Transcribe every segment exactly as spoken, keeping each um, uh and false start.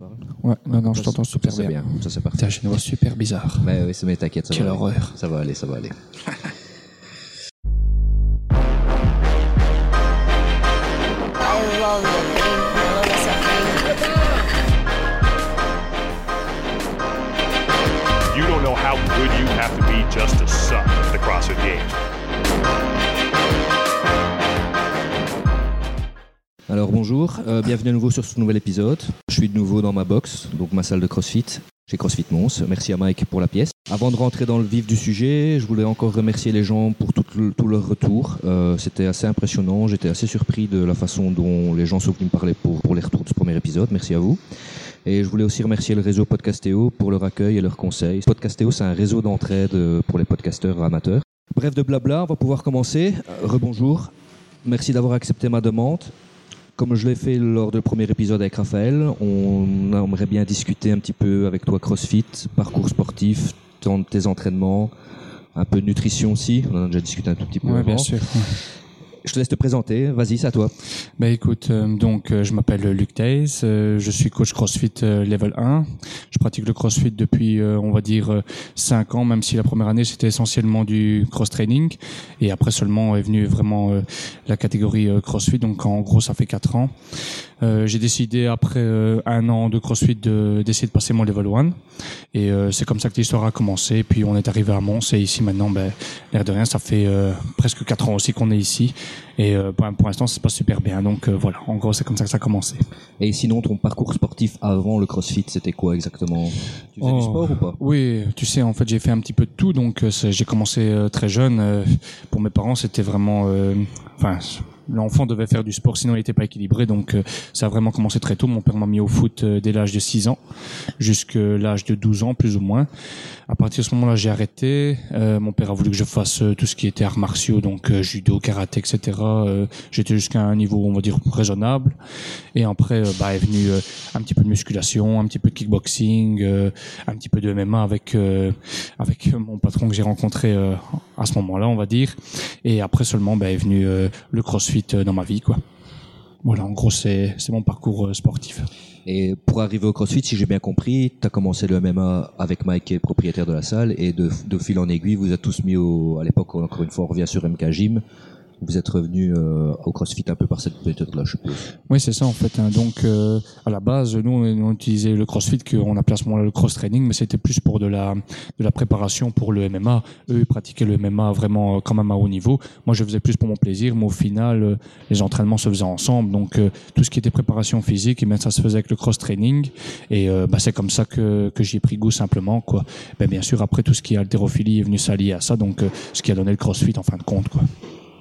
parles ? Ouais, non, non, je Ça, t'entends super ça, c'est bien. bien. Ça, c'est parfait. Putain, j'ai une voix super bizarre. Mais oui, c'est mais t'inquiète, ça Quelle va aller. horreur. Ça va aller, ça va aller. I love the pain. I love the suffering. You don't know how good you have to be just to suck at the CrossFit Games. Alors bonjour, euh, bienvenue à nouveau sur ce nouvel épisode. Je suis de nouveau dans ma box, donc ma salle de CrossFit, chez CrossFit Mons. Merci à Mike pour la pièce. Avant de rentrer dans le vif du sujet, je voulais encore remercier les gens pour tout, le, tout leur retour. Euh, c'était assez impressionnant, j'étais assez surpris de la façon dont les gens sont venus me parler pour, pour les retours de ce premier épisode. Merci à vous. Et je voulais aussi remercier le réseau Podcastéo pour leur accueil et leurs conseils. Podcastéo, c'est un réseau d'entraide pour les podcasteurs amateurs. Bref de blabla, on va pouvoir commencer. Euh, rebonjour, merci d'avoir accepté ma demande. Comme je l'ai fait lors du premier épisode avec Raphaël, on aimerait bien discuter un petit peu avec toi CrossFit, parcours sportif, tes entraînements, un peu de nutrition aussi. On en a déjà discuté un tout petit peu Ouais, avant. bien sûr. Ouais. Je te laisse te présenter. Vas-y, c'est à toi. Bah écoute, euh, donc euh, je m'appelle Luc Theys, euh, je suis coach CrossFit euh, Level un. Je pratique le CrossFit depuis, euh, on va dire, euh, cinq ans, même si la première année c'était essentiellement du cross-training. Et après seulement est venue vraiment euh, la catégorie euh, CrossFit, donc en gros ça fait quatre ans. Euh, j'ai décidé après euh, un an de CrossFit de, d'essayer de passer mon Level un. Et euh, c'est comme ça que l'histoire a commencé. Puis on est arrivé à Mons et ici maintenant, ben, l'air de rien, ça fait euh, presque quatre ans aussi qu'on est ici. Et euh, pour l'instant, ça se passe super bien. Donc euh, voilà, en gros, c'est comme ça que ça a commencé. Et sinon, ton parcours sportif avant le CrossFit, c'était quoi exactement ? Tu faisais Oh, du sport ou pas ? Oui, tu sais, en fait, j'ai fait un petit peu de tout. Donc euh, c'est, j'ai commencé euh, très jeune. Euh, pour mes parents, c'était vraiment... Enfin... Euh, L'enfant devait faire du sport, sinon il n'était pas équilibré. Donc euh, ça a vraiment commencé très tôt. Mon père m'a mis au foot euh, dès l'âge de six ans jusqu'à l'âge de douze ans, plus ou moins. À partir de ce moment-là, j'ai arrêté. Euh, mon père a voulu que je fasse euh, tout ce qui était arts martiaux, donc euh, judo, karaté, et cetera. Euh, j'étais jusqu'à un niveau, on va dire, raisonnable. Et après, euh, bah, est venu euh, un petit peu de musculation, un petit peu de kickboxing, euh, un petit peu de M M A avec euh, avec mon patron que j'ai rencontré euh, à ce moment-là, on va dire. Et après seulement, bah, est venu euh, le CrossFit dans ma vie, quoi. Voilà, en gros, c'est, c'est mon parcours euh, sportif. Et pour arriver au CrossFit, si j'ai bien compris, tu as commencé le M M A avec Mike, qui est propriétaire de la salle, et de, de fil en aiguille, vous êtes tous mis au, à l'époque, encore une fois, on revient sur M K Gym. Vous êtes revenu euh, au CrossFit un peu par cette méthode-là, je suppose. Oui, c'est ça en fait. Hein. Donc, euh, à la base, nous, on utilisait le CrossFit qu'on appelait à ce moment-là le cross-training, mais c'était plus pour de la de la préparation pour le M M A. Eux, ils pratiquaient le M M A vraiment quand même à haut niveau. Moi, je faisais plus pour mon plaisir, mais au final, euh, les entraînements se faisaient ensemble. Donc, euh, tout ce qui était préparation physique, et bien, ça se faisait avec le cross-training. Et euh, bah, c'est comme ça que que j'y ai pris goût simplement, quoi. Ben, bien sûr, après, tout ce qui est haltérophilie est venu s'allier à ça. Donc, euh, ce qui a donné le CrossFit en fin de compte, quoi.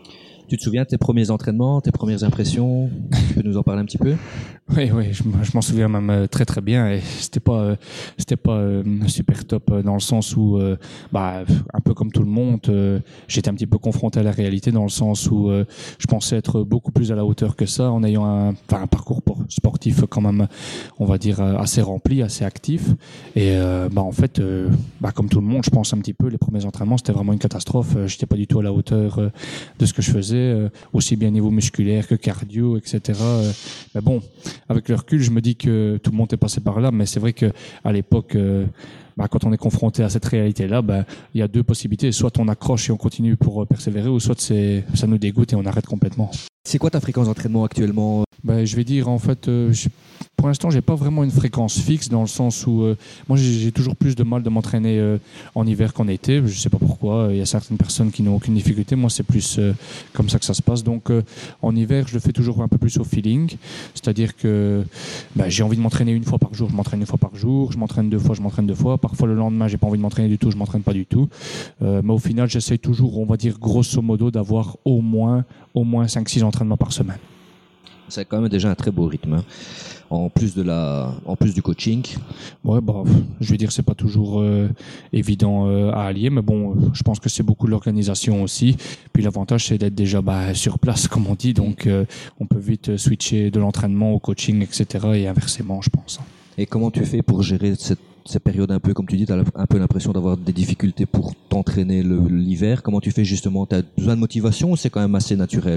Tu te souviens de tes premiers entraînements, tes premières impressions ? Tu peux nous en parler un petit peu ? Oui, oui, je, je m'en souviens même très très bien. Et c'était pas, euh, c'était pas euh, super top dans le sens où, euh, bah, un peu comme tout le monde, euh, j'étais un petit peu confronté à la réalité dans le sens où euh, je pensais être beaucoup plus à la hauteur que ça, en ayant un, enfin, un parcours sportif quand même, on va dire assez rempli, assez actif. Et euh, bah en fait, euh, bah comme tout le monde, je pense un petit peu, les premiers entraînements c'était vraiment une catastrophe. J'étais pas du tout à la hauteur euh, de ce que je faisais. Euh, aussi bien niveau musculaire que cardio, et cetera. Euh, mais bon, avec le recul, je me dis que tout le monde est passé par là, mais c'est vrai que à l'époque, euh, bah, quand on est confronté à cette réalité-là, bah, il y a deux possibilités. Soit on accroche et on continue pour persévérer, ou soit c'est, ça nous dégoûte et on arrête complètement. C'est quoi ta fréquence d'entraînement actuellement ? Bah, je vais dire, en fait, euh, je, pour l'instant, j'ai pas vraiment une fréquence fixe dans le sens où euh, moi, j'ai, j'ai toujours plus de mal de m'entraîner euh, en hiver qu'en été. Je sais pas pourquoi. Il y a certaines personnes qui n'ont aucune difficulté. Moi, c'est plus euh, comme ça que ça se passe. Donc, euh, en hiver, je le fais toujours un peu plus au feeling. C'est-à-dire que bah, j'ai envie de m'entraîner une fois par jour, je m'entraîne une fois par jour. Je m'entraîne deux fois, je m'entraîne deux fois. Parfois, le lendemain, j'ai pas envie de m'entraîner du tout, je m'entraîne pas du tout. Euh, mais au final, j'essaye toujours, on va dire grosso modo, d'avoir au moins, au moins cinq six entraînements par semaine. C'est quand même déjà un très beau rythme, hein. En plus de la, en plus du coaching. Ouais, bah, je vais dire c'est pas toujours euh, évident euh, à allier, mais bon, je pense que c'est beaucoup de l'organisation aussi. Puis l'avantage c'est d'être déjà bah, sur place, comme on dit, donc euh, on peut vite switcher de l'entraînement au coaching, et cetera. Et inversement, je pense. Et comment tu fais pour gérer cette cette période un peu, comme tu dis, tu as un peu l'impression d'avoir des difficultés pour t'entraîner le, l'hiver. Comment tu fais justement ? Tu as besoin de motivation ou c'est quand même assez naturel ?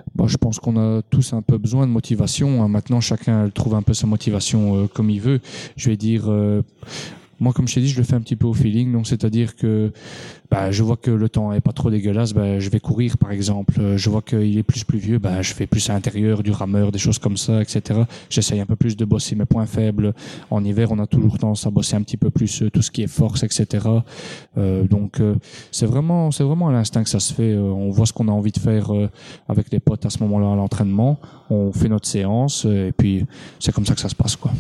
Bah, je pense qu'on a tous un peu besoin de motivation. Maintenant, chacun trouve un peu sa motivation euh, comme il veut. Je vais dire... Euh, Moi, comme je t'ai dit, je le fais un petit peu au feeling. Donc, c'est-à-dire que bah, je vois que le temps est pas trop dégueulasse, bah, je vais courir, par exemple. Je vois qu'il est plus pluvieux, bah, je fais plus à l'intérieur, du rameur, des choses comme ça, et cetera. J'essaye un peu plus de bosser mes points faibles. En hiver, on a toujours tendance à bosser un petit peu plus euh, tout ce qui est force, et cetera. Euh, donc, euh, c'est vraiment, c'est vraiment à l'instinct que ça se fait. Euh, on voit ce qu'on a envie de faire euh, avec les potes à ce moment-là à l'entraînement. On fait notre séance euh, et puis c'est comme ça que ça se passe, quoi.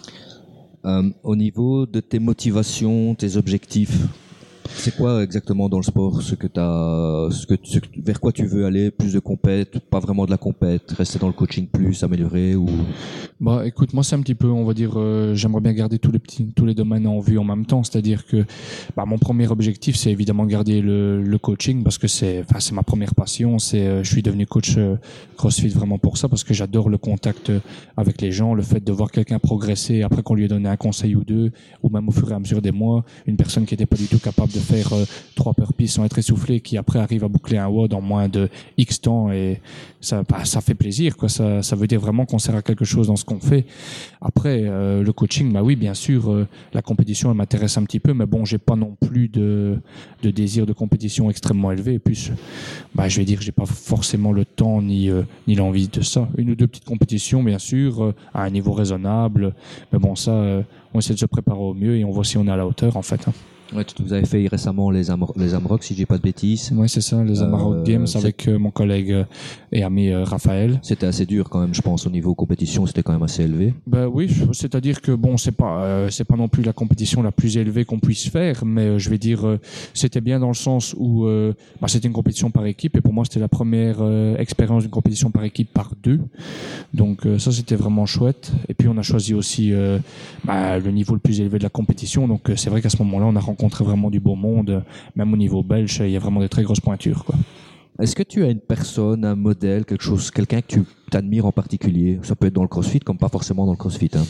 Euh, au niveau de tes motivations, tes objectifs, c'est quoi exactement dans le sport ce que t'as, ce que, ce que, vers quoi tu veux aller? Plus de compète, pas vraiment de la compète, rester dans le coaching plus, améliorer ou... Bah, écoute, moi c'est un petit peu, on va dire, euh, j'aimerais bien garder tous les petits, tous les domaines en vue en même temps. C'est-à-dire que, bah, mon premier objectif, c'est évidemment garder le, le coaching parce que c'est, enfin, c'est ma première passion. C'est, euh, je suis devenu coach euh, CrossFit vraiment pour ça parce que j'adore le contact euh, avec les gens, le fait de voir quelqu'un progresser après qu'on lui ait donné un conseil ou deux, ou même au fur et à mesure des mois, une personne qui n'était pas du tout capable de faire euh, trois burpees sans être essoufflé, qui après arrive à boucler un W O D en moins de X temps, et ça, bah, ça fait plaisir, quoi. Ça, ça veut dire vraiment qu'on sert à quelque chose dans ce qu'on fait. Après, euh, le coaching, bah oui, bien sûr, euh, la compétition, elle m'intéresse un petit peu, mais bon, j'ai pas non plus de, de désir de compétition extrêmement élevé. Et puis, bah, je vais dire que j'ai pas forcément le temps ni, euh, ni l'envie de ça. Une ou deux petites compétitions, bien sûr, euh, à un niveau raisonnable. Mais bon, ça, euh, on essaie de se préparer au mieux et on voit si on est à la hauteur, en fait, hein. Ouais, vous avez fait récemment les Amro- les Amrock, si j'ai pas de bêtises. Oui, c'est ça, les Amarok Euh, Games c'est- avec euh, mon collègue euh, et ami euh, Raphaël. C'était assez dur quand même, je pense, au niveau compétition, c'était quand même assez élevé. Ben oui, c'est-à-dire que bon, c'est pas euh, c'est pas non plus la compétition la plus élevée qu'on puisse faire, mais euh, je vais dire euh, c'était bien dans le sens où euh, bah, c'était une compétition par équipe et pour moi c'était la première euh, expérience d'une compétition par équipe par deux. Donc euh, ça c'était vraiment chouette. Et puis on a choisi aussi euh, bah, le niveau le plus élevé de la compétition. Donc euh, c'est vrai qu'à ce moment-là on a rencontré vraiment du beau monde, même au niveau belge, il y a vraiment des très grosses pointures, quoi. Est-ce que tu as une personne, un modèle, quelque chose, quelqu'un que tu t'admires en particulier? Ça peut être dans le CrossFit comme pas forcément dans le CrossFit, hein.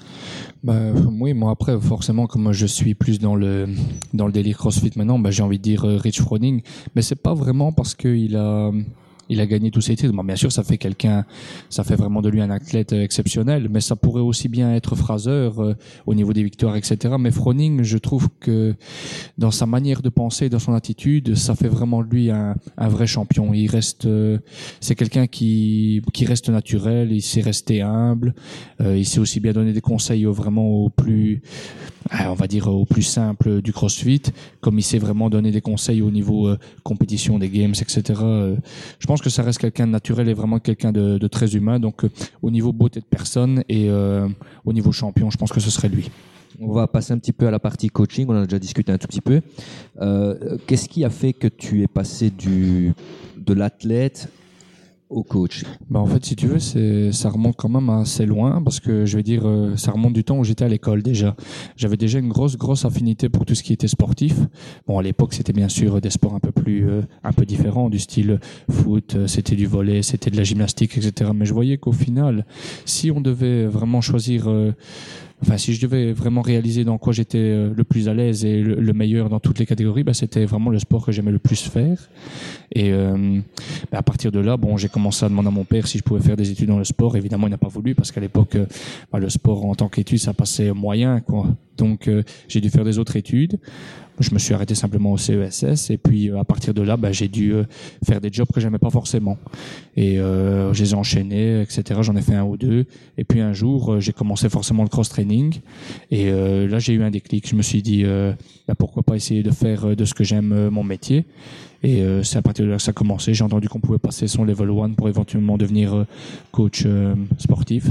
Bah, oui, moi après forcément comme je suis plus dans le dans le délire CrossFit maintenant, bah, j'ai envie de dire euh, Rich Froning, mais c'est pas vraiment parce que il a il a gagné tous ses titres. Bon, bien sûr, ça fait quelqu'un, ça fait vraiment de lui un athlète euh, exceptionnel, mais ça pourrait aussi bien être Fraser euh, au niveau des victoires, et cetera. Mais Froning, je trouve que dans sa manière de penser, dans son attitude, ça fait vraiment de lui un, un vrai champion. Il reste, euh, c'est quelqu'un qui qui reste naturel, il sait rester humble, euh, il sait aussi bien donner des conseils au, vraiment au plus, on va dire au plus simple du CrossFit, comme il sait vraiment donner des conseils au niveau euh, compétition des games, et cetera. Euh, je pense que ça reste quelqu'un de naturel et vraiment quelqu'un de, de très humain. Donc euh, au niveau beauté de personne et euh, au niveau champion, je pense que ce serait lui. On va passer un petit peu à la partie coaching, on en a déjà discuté un tout petit peu. Euh, qu'est-ce qui a fait que tu es passé du, de l'athlète au coach? Bah en fait, si tu veux, c'est, ça remonte quand même assez loin parce que je vais dire, euh, ça remonte du temps où j'étais à l'école déjà. J'avais déjà une grosse, grosse affinité pour tout ce qui était sportif. Bon, à l'époque, c'était bien sûr des sports un peu plus, euh, un peu différents, du style foot, euh, c'était du volley, c'était de la gymnastique, et cetera. Mais je voyais qu'au final, si on devait vraiment choisir, euh, enfin, si je devais vraiment réaliser dans quoi j'étais euh, le plus à l'aise et le, le meilleur dans toutes les catégories, bah, c'était vraiment le sport que j'aimais le plus faire. Et euh, bah, à partir de là, bon, j'ai commencé à demander à mon père si je pouvais faire des études dans le sport. Évidemment, il n'a pas voulu parce qu'à l'époque, euh, bah, le sport en tant qu'étude, ça passait moyen, quoi. Donc, euh, j'ai dû faire des autres études. Je me suis arrêté simplement au C E S S et puis euh, à partir de là, bah, j'ai dû euh, faire des jobs que j'aimais pas forcément. Et euh, je les ai enchaînés, et cetera. J'en ai fait un ou deux. Et puis un jour, euh, j'ai commencé forcément le cross-training. Et euh, là, j'ai eu un déclic. Je me suis dit, euh, bah, pourquoi pas essayer de faire euh, de ce que j'aime euh, mon métier. Et euh, c'est à partir de là que ça a commencé. J'ai entendu qu'on pouvait passer son level one pour éventuellement devenir euh, coach euh, sportif.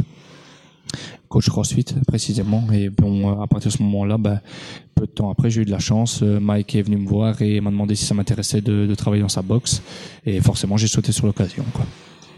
Coach CrossFit précisément. Et bon, à partir de ce moment-là, bah, peu de temps après, j'ai eu de la chance. Mike est venu me voir et m'a demandé si ça m'intéressait de, de travailler dans sa box. Et forcément, j'ai sauté sur l'occasion, quoi.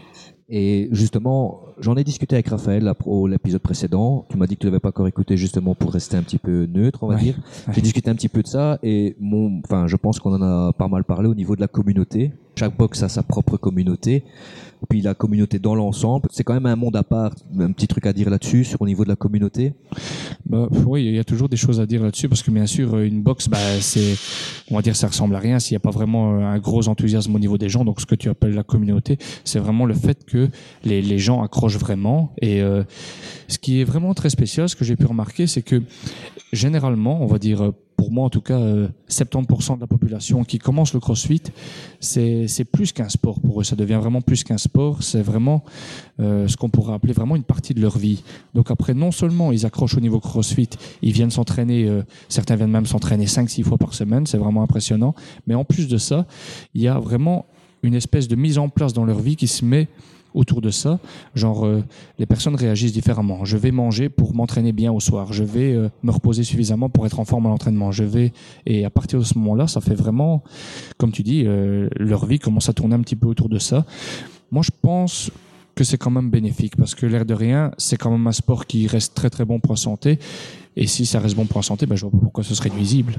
Et justement, j'en ai discuté avec Raphaël là, pour l'épisode précédent. Tu m'as dit que tu l'avais pas encore écouté justement pour rester un petit peu neutre, on va Ouais. dire. J'ai discuté un petit peu de ça et mon, enfin, je pense qu'on en a pas mal parlé au niveau de la communauté. Chaque box a sa propre communauté. Puis la communauté dans l'ensemble, c'est quand même un monde à part. Un petit truc à dire là-dessus, sur au niveau de la communauté. Bah, oui, il y a toujours des choses à dire là-dessus parce que bien sûr, une boxe, bah, c'est, on va dire, ça ressemble à rien s'il n'y a pas vraiment un gros enthousiasme au niveau des gens. Donc, ce que tu appelles la communauté, c'est vraiment le fait que les, les gens accrochent vraiment. Et euh, ce qui est vraiment très spécial, ce que j'ai pu remarquer, c'est que généralement, on va dire, pour moi en tout cas, euh, soixante-dix pour cent de la population qui commence le CrossFit, c'est, c'est plus qu'un sport pour eux. Ça devient vraiment plus qu'un sport. C'est vraiment euh, ce qu'on pourrait appeler vraiment une partie de leur vie. Donc après, non seulement ils accrochent au niveau CrossFit, ils viennent s'entraîner, euh, certains viennent même s'entraîner cinq six fois par semaine, c'est vraiment impressionnant. Mais en plus de ça, il y a vraiment une espèce de mise en place dans leur vie qui se met autour de ça, genre euh, les personnes réagissent différemment. Je vais manger pour m'entraîner bien au soir. Je vais euh, me reposer suffisamment pour être en forme à l'entraînement. Je vais et à partir de ce moment-là, ça fait vraiment, comme tu dis, euh, leur vie commence à tourner un petit peu autour de ça. Moi, je pense que c'est quand même bénéfique parce que l'air de rien, c'est quand même un sport qui reste très très bon pour la santé. Et si ça reste bon pour la santé, ben je vois pas pourquoi ce serait nuisible.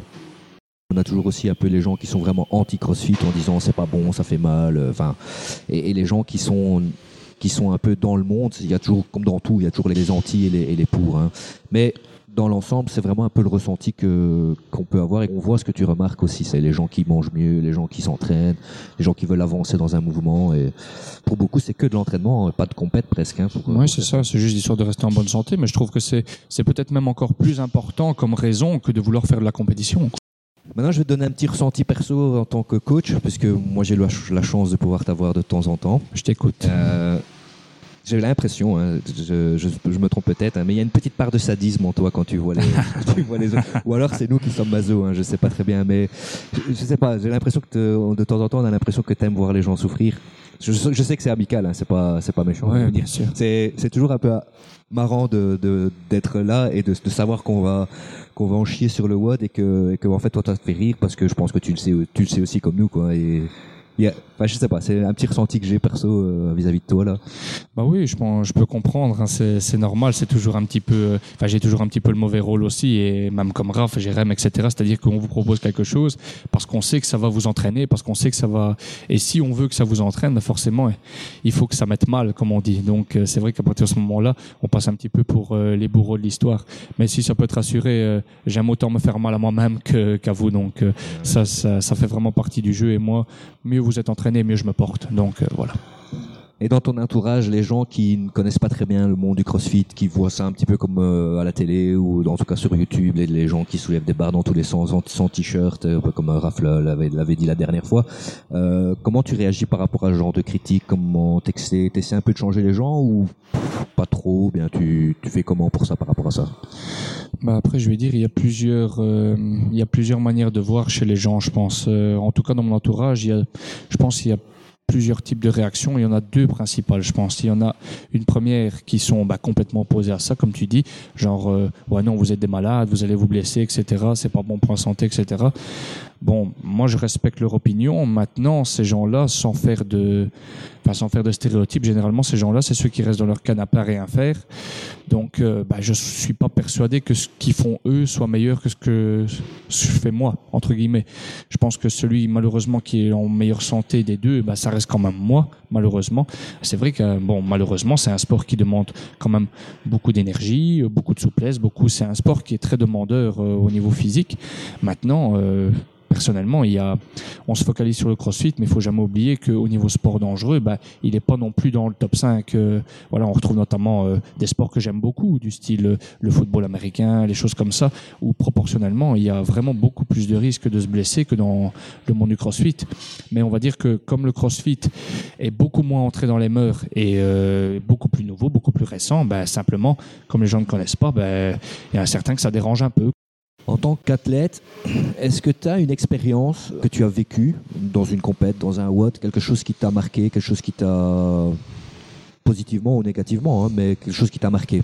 On a toujours aussi un peu les gens qui sont vraiment anti-crossfit en disant c'est pas bon, ça fait mal. Enfin, et, et les gens qui sont qui sont un peu dans le monde, il y a toujours, comme dans tout, il y a toujours les anti et les, et les pour. Hein. Mais dans l'ensemble, c'est vraiment un peu le ressenti que qu'on peut avoir. Et on voit ce que tu remarques aussi, c'est les gens qui mangent mieux, les gens qui s'entraînent, les gens qui veulent avancer dans un mouvement. Et pour beaucoup, c'est que de l'entraînement, pas de compète presque. Hein, oui, c'est ça. C'est juste l'histoire de rester en bonne santé. Mais je trouve que c'est c'est peut-être même encore plus important comme raison que de vouloir faire de la compétition. Maintenant, je vais te donner un petit ressenti perso en tant que coach, puisque moi, j'ai eu la chance de pouvoir t'avoir de temps en temps. Je t'écoute. Euh, j'ai l'impression, hein, je, je, je me trompe peut-être, hein, mais il y a une petite part de sadisme en toi quand tu vois les, tu vois les autres. Ou alors, c'est nous qui sommes maso, hein, je sais pas très bien, mais je, je sais pas, j'ai l'impression que te, de temps en temps, on a l'impression que t'aimes voir les gens souffrir. Je, je sais que c'est amical, hein, c'est pas, c'est pas méchant. Ouais, bien sûr. C'est, c'est toujours un peu marrant de, de, d'être là et de, de savoir qu'on va, qu'on va en chier sur le W O D et que, et que en fait, toi, ça te fait rire parce que je pense que tu le sais, tu le sais aussi comme nous, quoi. Et, yeah. Enfin, je sais pas, c'est un petit ressenti que j'ai perso euh, vis-à-vis de toi là. Bah oui, je pense, je peux comprendre. Hein, c'est, c'est normal. C'est toujours un petit peu. Enfin, j'ai toujours un petit peu le mauvais rôle aussi, et même comme Raph, Jérém, et cetera. C'est-à-dire qu'on vous propose quelque chose parce qu'on sait que ça va vous entraîner, parce qu'on sait que ça va. Et si on veut que ça vous entraîne, forcément, il faut que ça mette mal, comme on dit. Donc, c'est vrai qu'à partir de ce moment-là, on passe un petit peu pour euh, les bourreaux de l'histoire. Mais si ça peut te rassurer, euh, j'aime autant me faire mal à moi-même que, qu'à vous. Donc, euh, ça, ça, ça fait vraiment partie du jeu. Et moi, mieux vous êtes entraîné, mieux je me porte. Donc euh, voilà. Et dans ton entourage, les gens qui ne connaissent pas très bien le monde du CrossFit, qui voient ça un petit peu comme euh, à la télé ou en tout cas sur YouTube, les, les gens qui soulèvent des barres dans tous les sens, sans t-shirt, euh, comme Raph l'avait, l'avait dit la dernière fois, euh, comment tu réagis par rapport à ce genre de critiques? Comment t'essaies, t'essaies un peu de changer les gens ou pas trop? Bien, tu, tu fais comment pour ça, par rapport à ça? Bah après, je vais dire, il y a plusieurs, euh, il y a plusieurs manières de voir chez les gens, je pense. Euh, en tout cas, dans mon entourage, il y a, je pense qu'il y a plusieurs types de réactions. Il y en a deux principales, je pense. Il y en a une première qui sont bah, complètement opposées à ça, comme tu dis, genre euh, ouais non, vous êtes des malades, vous allez vous blesser, et cetera. C'est pas bon pour la santé, et cetera. Bon, moi je respecte leur opinion. Maintenant, ces gens-là, sans faire de, enfin sans faire de stéréotypes, généralement ces gens-là, c'est ceux qui restent dans leur canapé à rien faire. Donc, euh, bah, je suis pas persuadé que ce qu'ils font eux soit meilleur que ce que je fais moi, entre guillemets. Je pense que celui malheureusement qui est en meilleure santé des deux, bah ça reste quand même moi, malheureusement. C'est vrai que bon, malheureusement, c'est un sport qui demande quand même beaucoup d'énergie, beaucoup de souplesse, beaucoup. C'est un sport qui est très demandeur euh, au niveau physique. Maintenant. Euh, Personnellement, il y a, on se focalise sur le CrossFit, mais il faut jamais oublier qu'au niveau sport dangereux, bah, il est pas non plus dans le top cinq. Euh, voilà, on retrouve notamment euh, des sports que j'aime beaucoup, du style euh, le football américain, les choses comme ça, où proportionnellement, il y a vraiment beaucoup plus de risques de se blesser que dans le monde du CrossFit. Mais on va dire que comme le CrossFit est beaucoup moins entré dans les mœurs et euh, beaucoup plus nouveau, beaucoup plus récent, bah, simplement, comme les gens ne connaissent pas, bah, il y a certains que ça dérange un peu. En tant qu'athlète, est-ce que tu as une expérience que tu as vécue dans une compète, dans un W O D, quelque chose qui t'a marqué, quelque chose qui t'a positivement ou négativement, hein, mais quelque chose qui t'a marqué?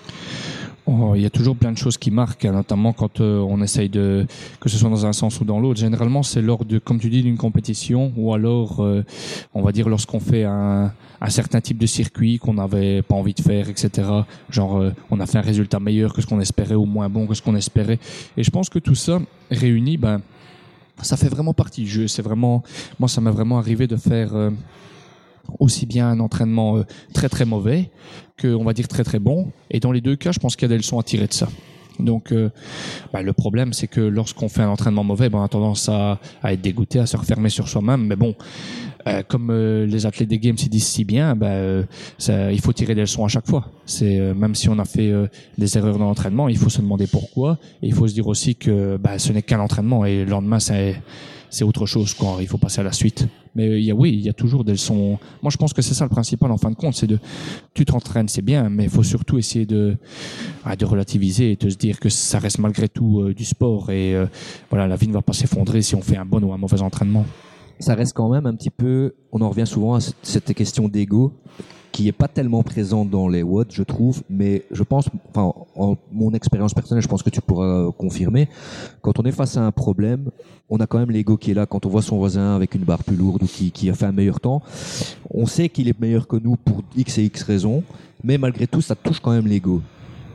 Oh, il y a toujours plein de choses qui marquent, notamment quand euh, on essaye de, que ce soit dans un sens ou dans l'autre. Généralement, c'est lors de, comme tu dis, d'une compétition, ou alors, euh, on va dire, lorsqu'on fait un, un certain type de circuit qu'on n'avait pas envie de faire, et cetera. Genre, euh, on a fait un résultat meilleur que ce qu'on espérait, ou moins bon que ce qu'on espérait. Et je pense que tout ça réuni, ben, ça fait vraiment partie du jeu. C'est vraiment, moi, ça m'est vraiment arrivé de faire. Euh, aussi bien un entraînement euh, très très mauvais que, on va dire, très très bon. Et dans les deux cas, je pense qu'il y a des leçons à tirer de ça. Donc, euh, bah, le problème, c'est que lorsqu'on fait un entraînement mauvais, bah, on a tendance à, à être dégoûté, à se refermer sur soi-même. Mais bon, euh, comme euh, les athlètes des Games ils disent si bien, bah, euh, ça, il faut tirer des leçons à chaque fois. C'est euh, même si on a fait euh, des erreurs dans l'entraînement, il faut se demander pourquoi. Et il faut se dire aussi que bah, ce n'est qu'un entraînement et le lendemain, c'est, c'est autre chose, quoi. Il faut passer à la suite. Mais il y a, oui, il y a toujours des leçons. Moi, je pense que c'est ça le principal en fin de compte, c'est de, tu t'entraînes, c'est bien, mais il faut surtout essayer de, de relativiser et de se dire que ça reste malgré tout euh, du sport et euh, voilà, la vie ne va pas s'effondrer si on fait un bon ou un mauvais entraînement. Ça reste quand même un petit peu, on en revient souvent à cette question d'ego qui est pas tellement présente dans les W O D, je trouve, mais je pense, enfin, en mon expérience personnelle, je pense que tu pourras confirmer, quand on est face à un problème, on a quand même l'ego qui est là. Quand on voit son voisin avec une barre plus lourde ou qui, qui a fait un meilleur temps, on sait qu'il est meilleur que nous pour X et X raisons, mais malgré tout, ça touche quand même l'ego.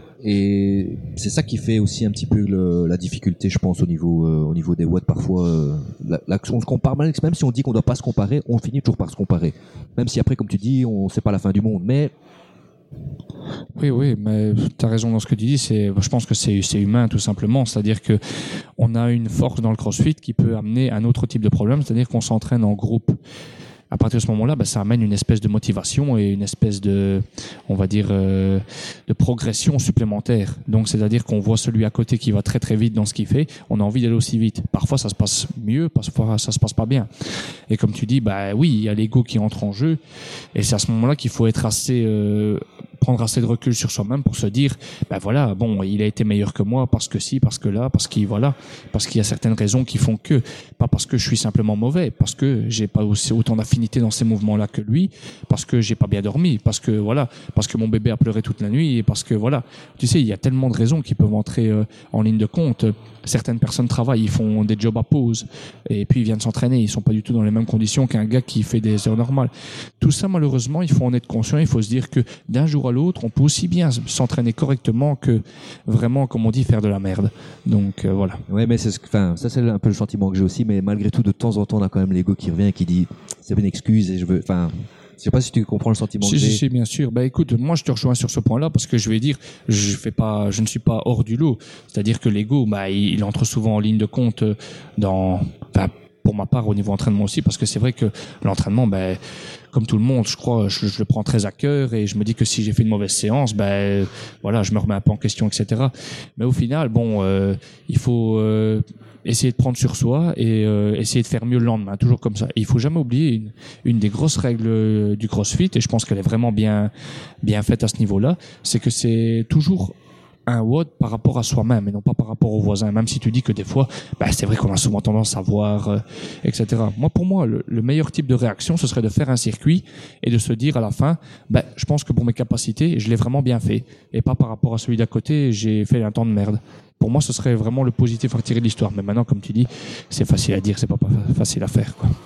Et c'est ça qui fait aussi un petit peu le, la difficulté, je pense, au niveau euh, au niveau des W O D. Parfois, euh, la, la, on se compare, même si on dit qu'on ne doit pas se comparer, on finit toujours par se comparer. Même si après, comme tu dis, on c'est pas la fin du monde, mais oui, oui, mais tu as raison dans ce que tu dis. C'est, je pense que c'est, c'est humain, tout simplement. C'est-à-dire que on a une force dans le CrossFit qui peut amener un autre type de problème, c'est-à-dire qu'on s'entraîne en groupe. À partir de ce moment-là, bah, ça amène une espèce de motivation et une espèce de, on va dire, euh, de progression supplémentaire. Donc, c'est-à-dire qu'on voit celui à côté qui va très très vite dans ce qu'il fait, on a envie d'aller aussi vite. Parfois, ça se passe mieux, parfois, ça se passe pas bien. Et comme tu dis, bah oui, il y a l'ego qui entre en jeu, et c'est à ce moment-là qu'il faut être assez, euh, prendre assez de recul sur soi-même pour se dire, bah voilà, bon, il a été meilleur que moi parce que si, parce que là, parce qu'il voilà, parce qu'il y a certaines raisons qui font que, pas parce que je suis simplement mauvais, parce que j'ai pas aussi autant d'affinité dans ces mouvements-là que lui, parce que j'ai pas bien dormi, parce que voilà, parce que mon bébé a pleuré toute la nuit, et parce que voilà, tu sais, il y a tellement de raisons qui peuvent entrer euh, en ligne de compte. Certaines personnes travaillent, ils font des jobs à pause, et puis ils viennent s'entraîner, ils sont pas du tout dans les mêmes conditions qu'un gars qui fait des heures normales. Tout ça, malheureusement, il faut en être conscient, il faut se dire que d'un jour à l'autre, on peut aussi bien s'entraîner correctement que vraiment, comme on dit, faire de la merde. Donc euh, voilà. Ouais, mais c'est, enfin, ça c'est un peu le sentiment que j'ai aussi, mais malgré tout, de temps en temps, on a quand même l'ego qui revient et qui dit, c'est une excuse et je veux, enfin. Je sais pas si tu comprends le sentiment si, que j'ai. Si, si, bien sûr. Bah, écoute, moi, je te rejoins sur ce point-là parce que je vais dire, je fais pas, je ne suis pas hors du lot. C'est-à-dire que l'ego, bah, il, il entre souvent en ligne de compte dans, enfin, pour ma part, au niveau entraînement aussi, parce que c'est vrai que l'entraînement, bah, comme tout le monde, je crois, je, je le prends très à cœur et je me dis que si j'ai fait une mauvaise séance, ben bah, voilà, je me remets un peu en question, et cetera. Mais au final, bon, euh, il faut euh, essayer de prendre sur soi et euh, essayer de faire mieux le lendemain, toujours comme ça. Et il faut jamais oublier une, une des grosses règles du CrossFit, et je pense qu'elle est vraiment bien, bien faite à ce niveau-là, c'est que c'est toujours un W O D par rapport à soi-même et non pas par rapport au voisin, même si tu dis que des fois, bah, c'est vrai qu'on a souvent tendance à voir, euh, et cetera. Moi, pour moi, le, le meilleur type de réaction, ce serait de faire un circuit et de se dire à la fin, bah, je pense que pour mes capacités, je l'ai vraiment bien fait et pas par rapport à celui d'à côté, j'ai fait un temps de merde. Pour moi, ce serait vraiment le positif à retirer de l'histoire. Mais maintenant, comme tu dis, c'est facile à dire, c'est pas facile à faire, quoi.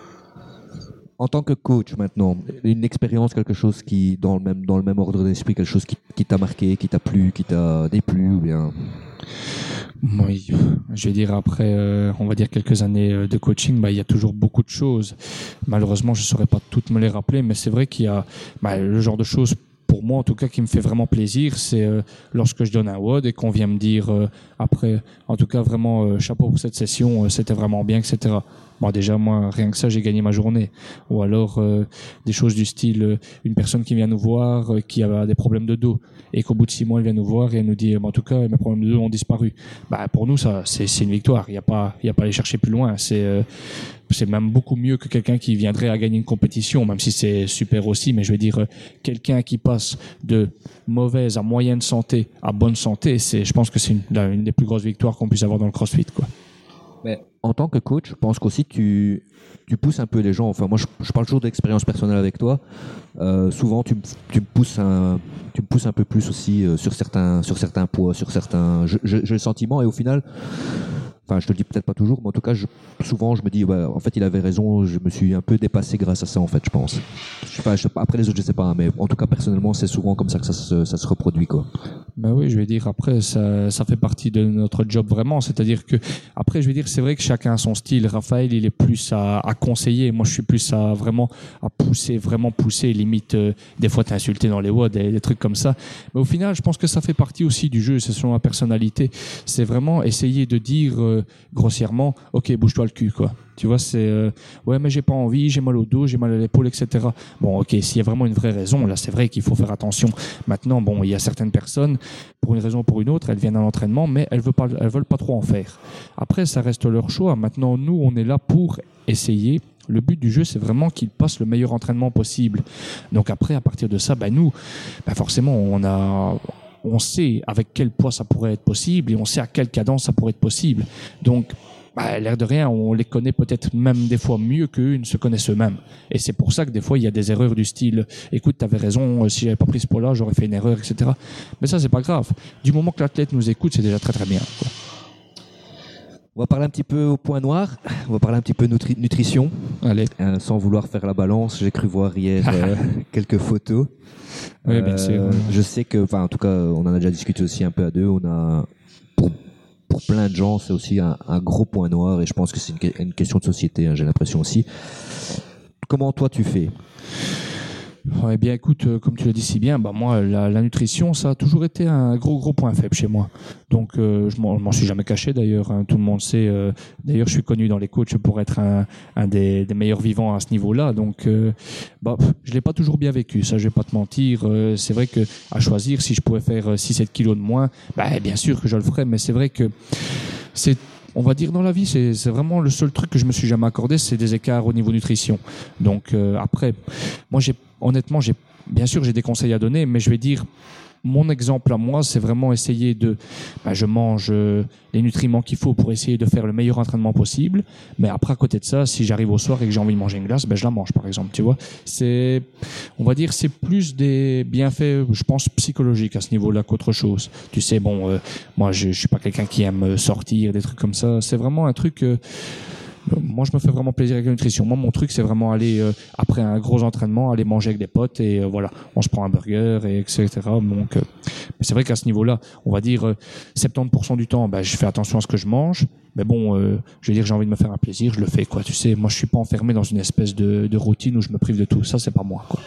En tant que coach maintenant, une expérience, quelque chose qui, dans le même, dans le même ordre d'esprit, quelque chose qui, qui t'a marqué, qui t'a plu, qui t'a déplu, ou bien? Oui, je vais dire après, euh, on va dire quelques années de coaching, bah, il y a toujours beaucoup de choses. Malheureusement, je saurais pas toutes me les rappeler, mais c'est vrai qu'il y a, bah, le genre de choses, pour moi en tout cas, qui me fait vraiment plaisir, c'est euh, lorsque je donne un W O D et qu'on vient me dire euh, après, en tout cas vraiment euh, chapeau pour cette session, euh, c'était vraiment bien, et cetera. Bon, déjà, moi, rien que ça, j'ai gagné ma journée. Ou alors, euh, des choses du style, euh, une personne qui vient nous voir, euh, qui a des problèmes de dos, et qu'au bout de six mois, elle vient nous voir et elle nous dit, bah, en tout cas, mes problèmes de dos ont disparu. Bah, pour nous, ça, c'est, c'est une victoire. Il n'y a pas, il y a pas à aller chercher plus loin. C'est, euh, c'est même beaucoup mieux que quelqu'un qui viendrait à gagner une compétition, même si c'est super aussi. Mais je veux dire, euh, quelqu'un qui passe de mauvaise à moyenne santé à bonne santé, c'est, je pense que c'est une, la, une des plus grosses victoires qu'on puisse avoir dans le CrossFit, quoi. Mais en tant que coach, je pense qu'aussi tu, tu pousses un peu les gens. Enfin, moi, je, je parle toujours d'expérience personnelle avec toi. Euh, souvent, tu, tu, me pousses un, tu me pousses un peu plus aussi euh, sur certains, sur certains poids, sur certains. Je, je, j'ai le sentiment, et au final, Enfin, je te le dis peut-être pas toujours, mais en tout cas, je, souvent, je me dis, ouais, en fait, il avait raison. Je me suis un peu dépassé grâce à ça, en fait, je pense. Je sais pas, je sais pas, après les autres, je sais pas, mais en tout cas, personnellement, c'est souvent comme ça que ça se, ça se reproduit, quoi. Ben oui, je vais dire, après, ça, ça fait partie de notre job vraiment. C'est-à-dire que, après, je vais dire, c'est vrai que chacun a son style. Raphaël, il est plus à, à conseiller. Moi, je suis plus à vraiment, à pousser, vraiment pousser. Limite, euh, des fois, t'insulter dans les voix, des, des trucs comme ça. Mais au final, je pense que ça fait partie aussi du jeu. C'est selon la personnalité. C'est vraiment essayer de dire, euh, grossièrement, ok, bouge-toi le cul, quoi. Tu vois, c'est euh, ouais, mais j'ai pas envie, j'ai mal au dos, j'ai mal à l'épaule, et cetera. Bon, ok, s'il y a vraiment une vraie raison, là, c'est vrai qu'il faut faire attention. Maintenant, bon, il y a certaines personnes, pour une raison ou pour une autre, elles viennent à l'entraînement, mais elles veulent pas, elles veulent pas trop en faire. Après, ça reste leur choix. Maintenant, nous, on est là pour essayer. Le but du jeu, c'est vraiment qu'ils passent le meilleur entraînement possible. Donc après, à partir de ça, ben nous, ben forcément, on a on sait avec quel poids ça pourrait être possible et on sait à quelle cadence ça pourrait être possible. Donc, bah, l'air de rien, on les connaît peut-être même des fois mieux qu'eux ne se connaissent eux-mêmes. Et c'est pour ça que des fois, il y a des erreurs du style « Écoute, t'avais raison, si j'avais pas pris ce poids-là, j'aurais fait une erreur, et cetera » Mais ça, c'est pas grave. Du moment que l'athlète nous écoute, c'est déjà très très bien, quoi. On va parler un petit peu au point noir. On va parler un petit peu nutri- nutrition. Allez. Euh, sans vouloir faire la balance, j'ai cru voir hier euh, quelques photos. Oui, bien sûr. Je sais que, enfin, en tout cas, on en a déjà discuté aussi un peu à deux. On a, pour, pour plein de gens, c'est aussi un, un gros point noir, et je pense que c'est une, une question de société, hein, j'ai l'impression aussi. Comment toi tu fais ? Eh bien, écoute, euh, comme tu l'as dit si bien, bah moi, la, la nutrition, ça a toujours été un gros, gros point faible chez moi. Donc, euh, je m'en, m'en suis jamais caché d'ailleurs. Hein, tout le monde sait. Euh, d'ailleurs, je suis connu dans les coachs pour être un, un des, des meilleurs vivants à ce niveau-là. Donc, euh, bah, je l'ai pas toujours bien vécu. Ça, je vais pas te mentir. Euh, c'est vrai que à choisir, si je pouvais faire six sept kilos de moins, bah, bien sûr que je le ferais. Mais c'est vrai que c'est on va dire dans la vie, c'est, c'est vraiment le seul truc que je me suis jamais accordé, c'est des écarts au niveau nutrition. Donc euh, après, moi j'ai honnêtement, j'ai bien sûr j'ai des conseils à donner, mais je vais dire mon exemple à moi, c'est vraiment essayer de, ben, je mange euh, les nutriments qu'il faut pour essayer de faire le meilleur entraînement possible. Mais après, à côté de ça, si j'arrive au soir et que j'ai envie de manger une glace, ben je la mange, par exemple. Tu vois, c'est, on va dire, c'est plus des bienfaits, je pense, psychologiques à ce niveau-là qu'autre chose. Tu sais, bon, euh, moi, je, je suis pas quelqu'un qui aime sortir, des trucs comme ça. C'est vraiment un truc. Euh, Moi, je me fais vraiment plaisir avec la nutrition. Moi, mon truc, c'est vraiment aller, euh, après un gros entraînement, aller manger avec des potes et euh, voilà, on se prend un burger, et etc. Donc, euh, mais c'est vrai qu'à ce niveau-là, on va dire euh, soixante-dix pour cent du temps, bah, je fais attention à ce que je mange. Mais bon, euh, je veux dire, j'ai envie de me faire un plaisir, je le fais, quoi. Tu sais, moi, je suis pas enfermé dans une espèce de, de routine où je me prive de tout. Ça, c'est pas moi, quoi.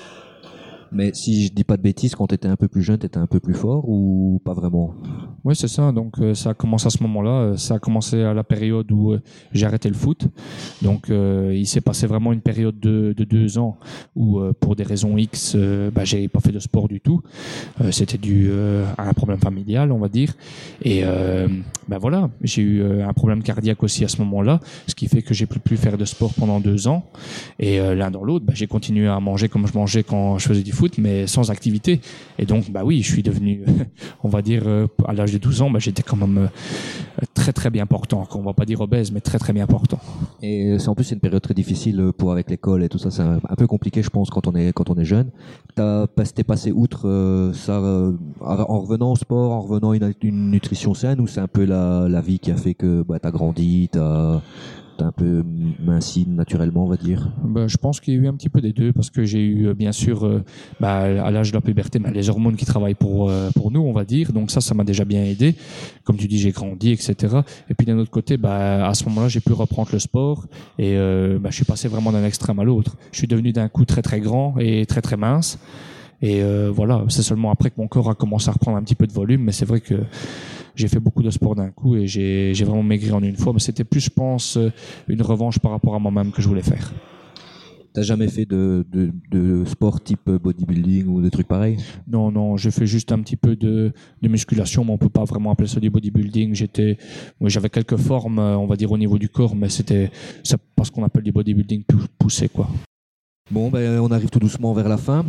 Mais si je dis pas de bêtises, quand tu étais un peu plus jeune, tu étais un peu plus fort ou pas vraiment ? Oui, c'est ça. Donc, euh, ça a commencé à ce moment-là. Ça a commencé à la période où euh, j'ai arrêté le foot. Donc, euh, il s'est passé vraiment une période de, de deux ans où, euh, pour des raisons X, euh, bah, j'ai pas fait de sport du tout. Euh, c'était dû euh, à un problème familial, on va dire. Et euh, ben voilà, j'ai eu euh, un problème cardiaque aussi à ce moment-là, ce qui fait que j'ai pu plus faire de sport pendant deux ans. Et euh, l'un dans l'autre, bah, j'ai continué à manger comme je mangeais quand je faisais du foot, mais sans activité. Et donc, bah oui, je suis devenu, on va dire, euh, à l'âge de douze ans, bah, j'étais quand même euh, très très bien portant. On va pas dire obèse, mais très très bien portant. Et c'est en plus c'est une période très difficile pour avec l'école et tout ça. C'est un, un peu compliqué, je pense, quand on est quand on est jeune. T'as t'es passé outre euh, ça euh, en revenant au sport, en revenant à une, une nutrition saine, ou c'est un peu la la vie qui a fait que bah t'as grandi, t'as t'as un peu minci naturellement, on va dire. Bah, je pense qu'il y a eu un petit peu des deux, parce que j'ai eu bien sûr euh, bah, à l'âge de la puberté bah, les hormones qui travaillent pour euh, pour nous, on va dire. Donc ça, ça m'a déjà bien aidé. Comme tu dis, j'ai grandi, et cetera. Et puis d'un autre côté, bah, à ce moment-là, j'ai pu reprendre le sport et euh, bah, je suis passé vraiment d'un extrême à l'autre. Je suis devenu d'un coup très très grand et très très mince. Et euh, voilà, c'est seulement après que mon corps a commencé à reprendre un petit peu de volume, mais c'est vrai que j'ai fait beaucoup de sport d'un coup et j'ai, j'ai vraiment maigri en une fois. Mais c'était plus, je pense, une revanche par rapport à moi-même que je voulais faire. T'as jamais fait de, de, de sport type bodybuilding ou des trucs pareils ? Non, non, j'ai fait juste un petit peu de, de musculation, mais on peut pas vraiment appeler ça du bodybuilding. J'étais, oui, j'avais quelques formes, on va dire, au niveau du corps, mais c'était, c'est pas ce qu'on appelle du bodybuilding poussé, quoi. Bon, ben, on arrive tout doucement vers la fin.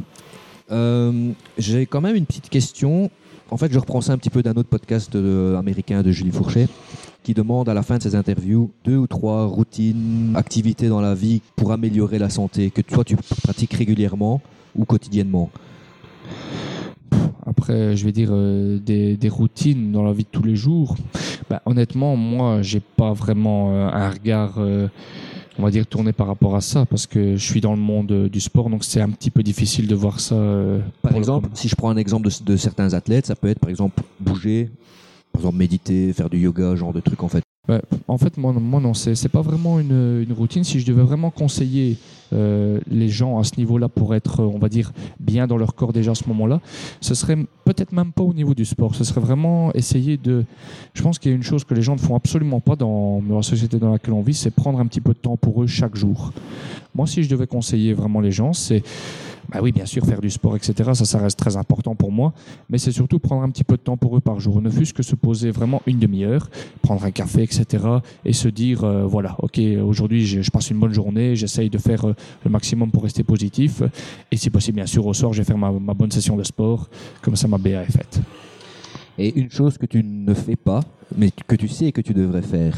Euh, j'ai quand même une petite question. En fait, je reprends ça un petit peu d'un autre podcast de, américain de Julie Fourchet, qui demande à la fin de ses interviews deux ou trois routines, activités dans la vie pour améliorer la santé, que toi tu pratiques régulièrement ou quotidiennement. Après, après, je vais dire euh, des, des routines dans la vie de tous les jours. Bah, honnêtement, moi, j'ai pas vraiment euh, un regard, euh, on va dire, tourné par rapport à ça, parce que je suis dans le monde euh, du sport, donc c'est un petit peu difficile de voir ça. Euh, Par pour le exemple, moment. si je prends un exemple de, de certains athlètes, ça peut être par exemple bouger, par exemple méditer, faire du yoga, genre de trucs en fait. Bah, en fait, moi, moi non, c'est, c'est pas vraiment une, une routine. Si je devais vraiment conseiller euh, les gens à ce niveau-là pour être, on va dire, bien dans leur corps déjà à ce moment-là, ce serait peut-être même pas au niveau du sport. Ce serait vraiment essayer de... Je pense qu'il y a une chose que les gens ne font absolument pas dans, dans la société dans laquelle on vit, c'est prendre un petit peu de temps pour eux chaque jour. Moi, si je devais conseiller vraiment les gens, c'est... Bah oui, bien sûr, faire du sport, et cetera, ça, ça reste très important pour moi. Mais c'est surtout prendre un petit peu de temps pour eux par jour. Ne fût-ce que se poser vraiment une demi-heure, prendre un café, et cetera. Et se dire, euh, voilà, ok, aujourd'hui, je, je passe une bonne journée, j'essaye de faire euh, le maximum pour rester positif. Et si possible, bien sûr, au soir, je vais faire ma, ma bonne session de sport. Comme ça, ma B A est faite. Et une chose que tu ne fais pas, mais que tu sais que tu devrais faire.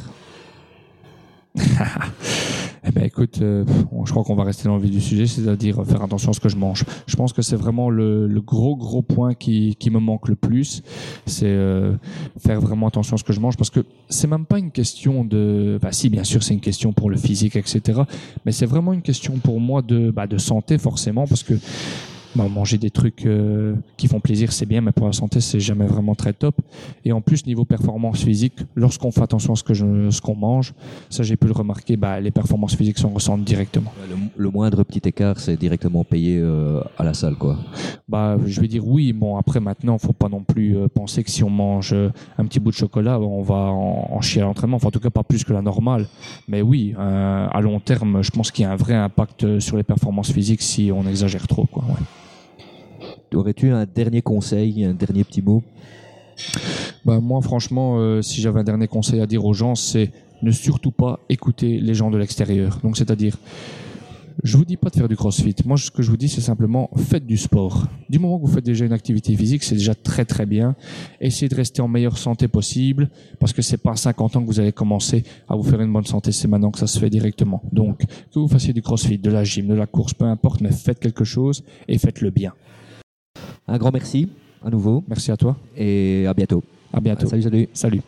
Eh ben écoute, euh, je crois qu'on va rester dans le vif du sujet, c'est-à-dire faire attention à ce que je mange. Je pense que c'est vraiment le, le gros gros point qui, qui me manque le plus, c'est euh, faire vraiment attention à ce que je mange, parce que c'est même pas une question de, bah si bien sûr c'est une question pour le physique, et cetera. Mais c'est vraiment une question pour moi de, bah, de santé forcément, parce que bah, manger des trucs euh, qui font plaisir, c'est bien, mais pour la santé, c'est jamais vraiment très top. Et en plus, niveau performance physique, lorsqu'on fait attention à ce que je, ce qu'on mange, ça j'ai pu le remarquer, bah, les performances physiques s'en ressentent directement. Le, le moindre petit écart, c'est directement payé euh, à la salle, quoi. Bah, je vais dire oui. Bon, après maintenant, faut pas non plus euh, penser que si on mange euh, un petit bout de chocolat, on va en, en chier à l'entraînement. Enfin, en tout cas, pas plus que la normale. Mais oui, euh, à long terme, je pense qu'il y a un vrai impact sur les performances physiques si on exagère trop, quoi. Ouais. Aurais-tu un dernier conseil, un dernier petit mot? Bah, moi, franchement, euh, si j'avais un dernier conseil à dire aux gens, c'est ne surtout pas écouter les gens de l'extérieur. Donc, c'est-à-dire, je vous dis pas de faire du crossfit. Moi, ce que je vous dis, c'est simplement faites du sport. Du moment que vous faites déjà une activité physique, c'est déjà très très bien. Essayez de rester en meilleure santé possible, parce que c'est pas à cinquante ans que vous allez commencer à vous faire une bonne santé. C'est maintenant que ça se fait directement. Donc, que vous fassiez du crossfit, de la gym, de la course, peu importe, mais faites quelque chose et faites-le bien. Un grand merci à nouveau Merci à toi. et à bientôt. À bientôt. Salut, salut. Salut.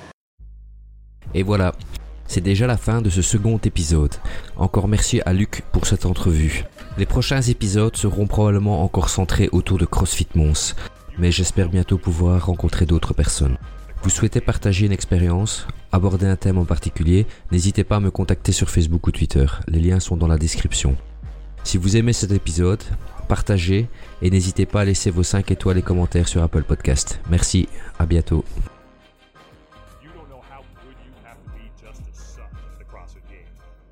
Et voilà, c'est déjà la fin de ce second épisode. Encore merci à Luc pour cette entrevue. Les prochains épisodes seront probablement encore centrés autour de CrossFit Mons, mais j'espère bientôt pouvoir rencontrer d'autres personnes. Vous souhaitez partager une expérience, aborder un thème en particulier, n'hésitez pas à me contacter sur Facebook ou Twitter. Les liens sont dans la description. Si vous aimez cet épisode, partagez et n'hésitez pas à laisser vos cinq étoiles et commentaires sur Apple Podcast. Merci, à bientôt. You don't know how good you have to be just to suck at the CrossFit game.